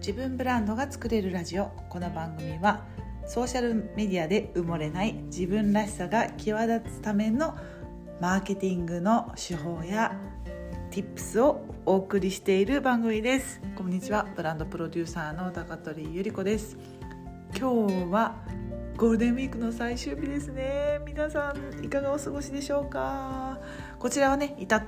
自分ブランドが作れるラジオ。この番組はソーシャルメディアで埋もれない自分らしさが際立つためのマーケティングの手法や Tips をお送りしている番組です。こんにちは、ブランドプロデューサーの高取ゆり子です。今日はゴールデンウィークの最終日ですね。皆さんいかがお過ごしでしょうか。こちらはね、至って、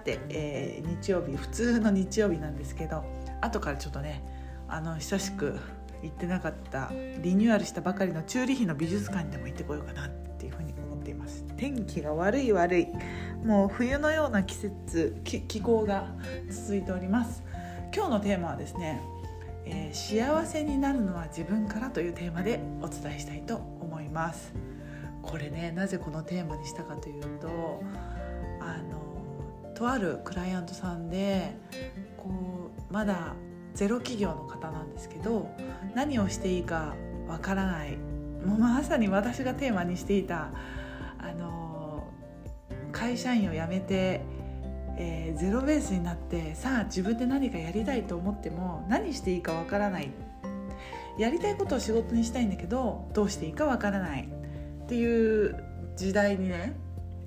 日曜日、普通の日曜日なんですけど、後からちょっとね、久しく行ってなかったリニューアルしたばかりのチューリッヒの美術館にでも行ってこようかなっていうふうに思っています。天気が悪い、もう冬のような気候が続いております。今日のテーマはですね、幸せになるのは自分からというテーマでお伝えしたいと思います。これね、なぜこのテーマにしたかというと、とあるクライアントさんでまだゼロ企業の方なんですけど、何をしていいかわからない、もうまさに私がテーマにしていた会社員を辞めて、ゼロベースになって、さあ自分で何かやりたいと思っても何していいかわからない、やりたいことを仕事にしたいんだけどどうしていいかわからないっていう時代にね、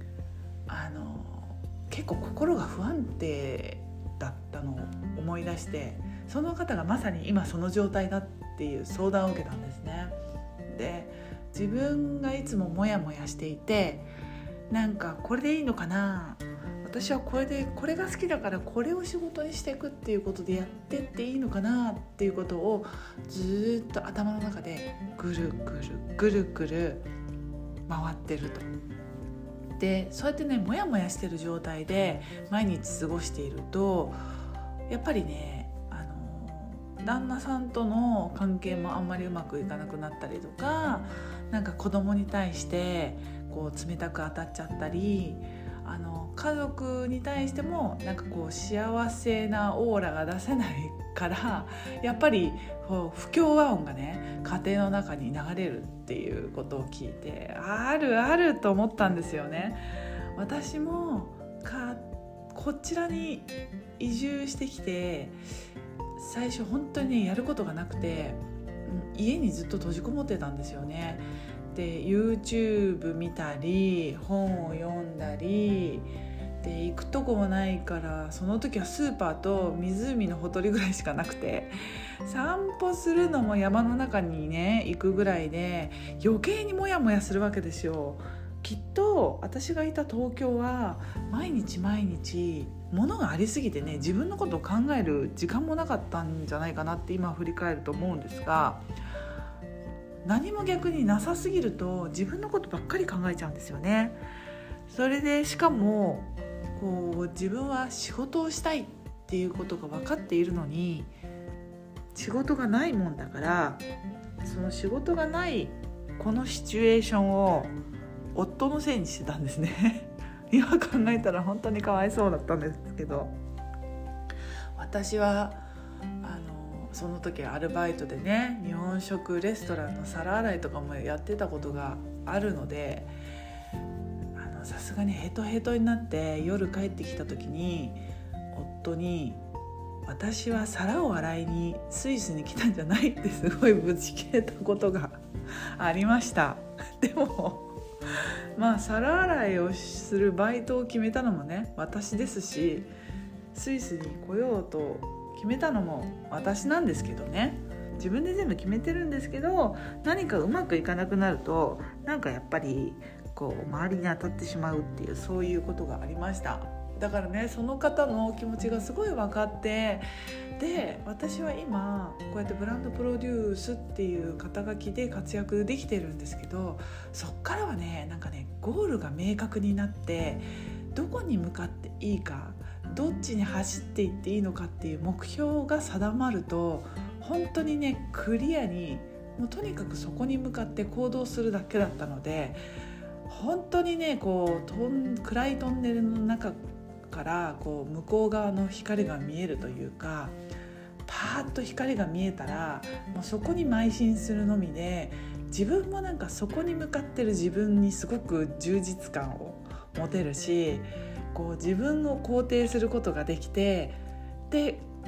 結構心が不安定だったのを思い出して、その方がまさに今その状態だっていう相談を受けたんですね。で、自分がいつもモヤモヤしていて、なんかこれでいいのかな、私はこれが好きだからこれを仕事にしていくっていうことでやってっていいのかなっていうことをずっと頭の中でぐるぐる回ってると。で、そうやってね、モヤモヤしてる状態で毎日過ごしていると、やっぱりね、旦那さんとの関係もあんまりうまくいかなくなったりとか、なんか子供に対して冷たく当たっちゃったり、家族に対してもなんか幸せなオーラが出せないから、やっぱり不協和音がね、家庭の中に流れるっていうことを聞いて、あると思ったんですよね。私もこちらに移住してきて、最初本当にね、やることがなくて、家にずっと閉じこもってたんですよね。で、 YouTube 見たり本を読んだりで、行くとこもないから、その時はスーパーと湖のほとりぐらいしかなくて、散歩するのも山の中にね行くぐらいで、余計にモヤモヤするわけですよ。きっと私がいた東京は毎日物がありすぎてね、自分のことを考える時間もなかったんじゃないかなって今振り返ると思うんですが、何も逆になさすぎると自分のことばっかり考えちゃうんですよね。それでしかも自分は仕事をしたいっていうことが分かっているのに、仕事がないもんだから、その仕事がないこのシチュエーションを夫のせいにしてたんですね。今考えたら本当にかわいそうだったんですけど、私はその時アルバイトでね、日本食レストランの皿洗いとかもやってたことがあるので、さすがにヘトヘトになって夜帰ってきた時に夫に、私は皿を洗いにスイスに来たんじゃないってすごいぶち切れたことがありました。でも皿洗いをするバイトを決めたのもね、私ですし、スイスに来ようと決めたのも私なんですけどね、自分で全部決めてるんですけど、何かうまくいかなくなると、なんかやっぱり周りに当たってしまうっていう、そういうことがありました。だからね、その方の気持ちがすごい分かって、で、私は今こうやってブランドプロデュースっていう肩書きで活躍できてるんですけど、そっからはね、なんかね、ゴールが明確になって、どこに向かっていいか、どっちに走っていっていいのかっていう目標が定まると、本当にね、クリアにもうとにかくそこに向かって行動するだけだったので、本当にね、暗いトンネルの中から向こう側の光が見えるというか、パーッと光が見えたらもうそこに邁進するのみで、自分もなんかそこに向かってる自分にすごく充実感を持てるし、自分を肯定することができて、で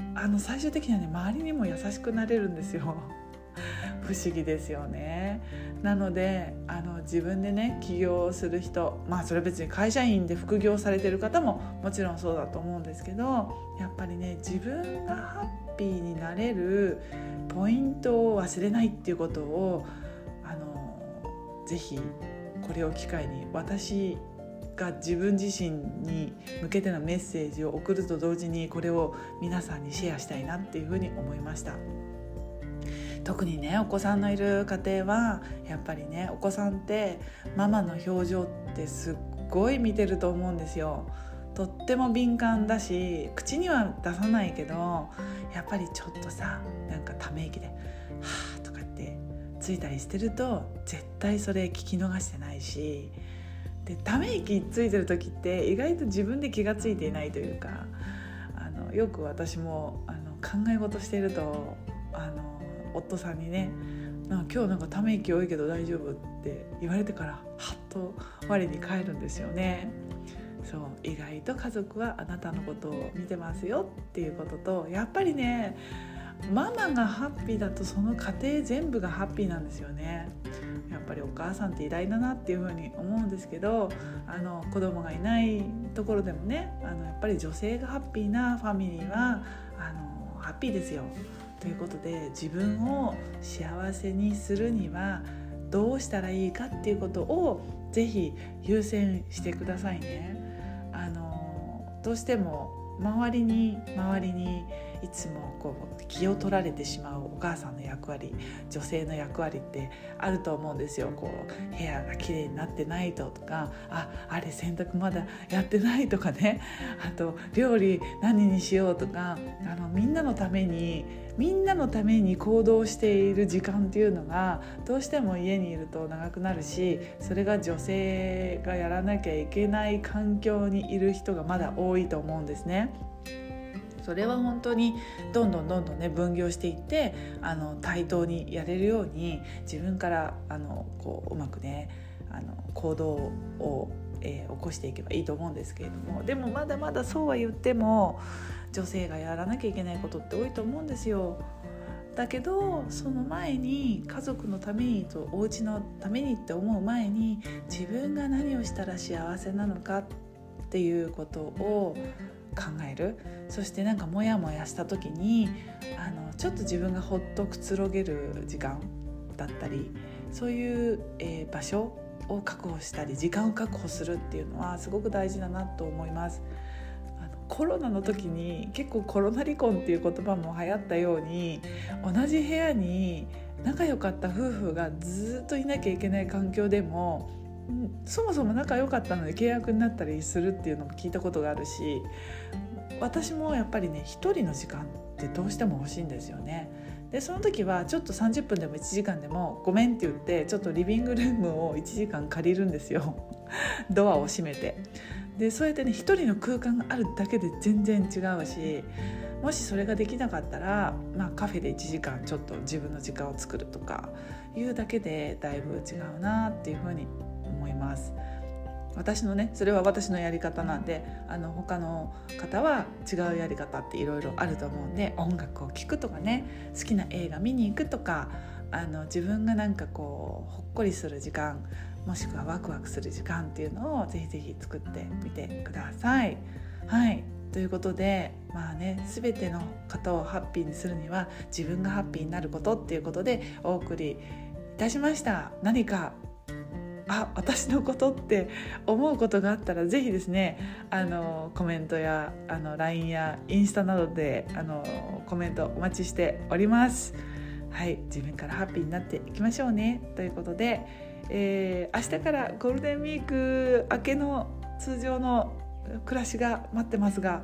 最終的にはね周りにも優しくなれるんですよ不思議ですよね。なので自分でね起業する人、それ別に会社員で副業されてる方ももちろんそうだと思うんですけど、やっぱりね自分がハッピーになれるポイントを忘れないっていうことをぜひこれを機会に、私が自分自身に向けてのメッセージを送ると同時にこれを皆さんにシェアしたいなっていうふうに思いました。特にねお子さんのいる家庭はやっぱりねお子さんってママの表情ってすっごい見てると思うんですよ。とっても敏感だし口には出さないけどやっぱりちょっとさなんかため息ではぁとかってついたりしてると絶対それ聞き逃してないし、でため息ついてる時って意外と自分で気がついていないというか、よく私も考え事していると夫さんにね今日なんかため息多いけど大丈夫って言われてからはっと我に返るんですよね。そう、意外と家族はあなたのことを見てますよっていうことと、やっぱりねママがハッピーだとその家庭全部がハッピーなんですよね。やっぱりお母さんって偉大だなっていうふうに思うんですけど、子供がいないところでもねやっぱり女性がハッピーなファミリーはハッピーですよ。ということで自分を幸せにするにはどうしたらいいかっていうことをぜひ優先してくださいね。どうしても周りにいつもこう気を取られてしまうお母さんの役割、女性の役割ってあると思うんですよ。こう部屋がきれいになってないとか、あれ洗濯まだやってないとかね、あと料理何にしようとか、みんなのために行動している時間っていうのがどうしても家にいると長くなるし、それが女性がやらなきゃいけない環境にいる人がまだ多いと思うんですね。それは本当にどんどんね分業していって対等にやれるように自分からうまくね行動を、起こしていけばいいと思うんですけれども、でもまだまだそうは言っても女性がやらなきゃいけないことって多いと思うんですよ。だけどその前に家族のためにとお家のためにって思う前に自分が何をしたら幸せなのかっていうことを考える。そしてなんかモヤモヤした時にちょっと自分がほっとくつろげる時間だったり、そういう、場所を確保したり時間を確保するっていうのはすごく大事だなと思います。コロナの時に結構コロナ離婚っていう言葉も流行ったように、同じ部屋に仲良かった夫婦がずっといなきゃいけない環境でもそもそも仲良かったので契約になったりするっていうのも聞いたことがあるし、私もやっぱりね一人の時間ってどうしても欲しいんですよね。でその時はちょっと30分でも1時間でもごめんって言ってちょっとリビングルームを1時間借りるんですよドアを閉めて。でそうやってね一人の空間があるだけで全然違うし、もしそれができなかったら、カフェで1時間ちょっと自分の時間を作るとかいうだけでだいぶ違うなっていうふうに思います。私のねそれは私のやり方なんで、他の方は違うやり方っていろいろあると思うんで、音楽を聴くとかね、好きな映画見に行くとか、自分がなんかこうほっこりする時間、もしくはワクワクする時間っていうのをぜひぜひ作ってみてください。はい、ということで全ての方をハッピーにするには自分がハッピーになることっていうことでお送りいたしました。何か私のことって思うことがあったらぜひですねコメントやLINE やインスタなどでコメントお待ちしております。はい、自分からハッピーになっていきましょうねということで、明日からゴールデンウィーク明けの通常の暮らしが待ってますが、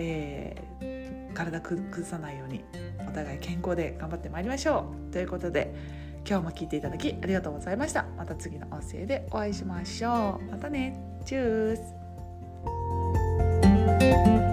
体崩さないようにお互い健康で頑張ってまいりましょうということで、今日も聞いていただきありがとうございました。また次の音声でお会いしましょう。またね。チュース。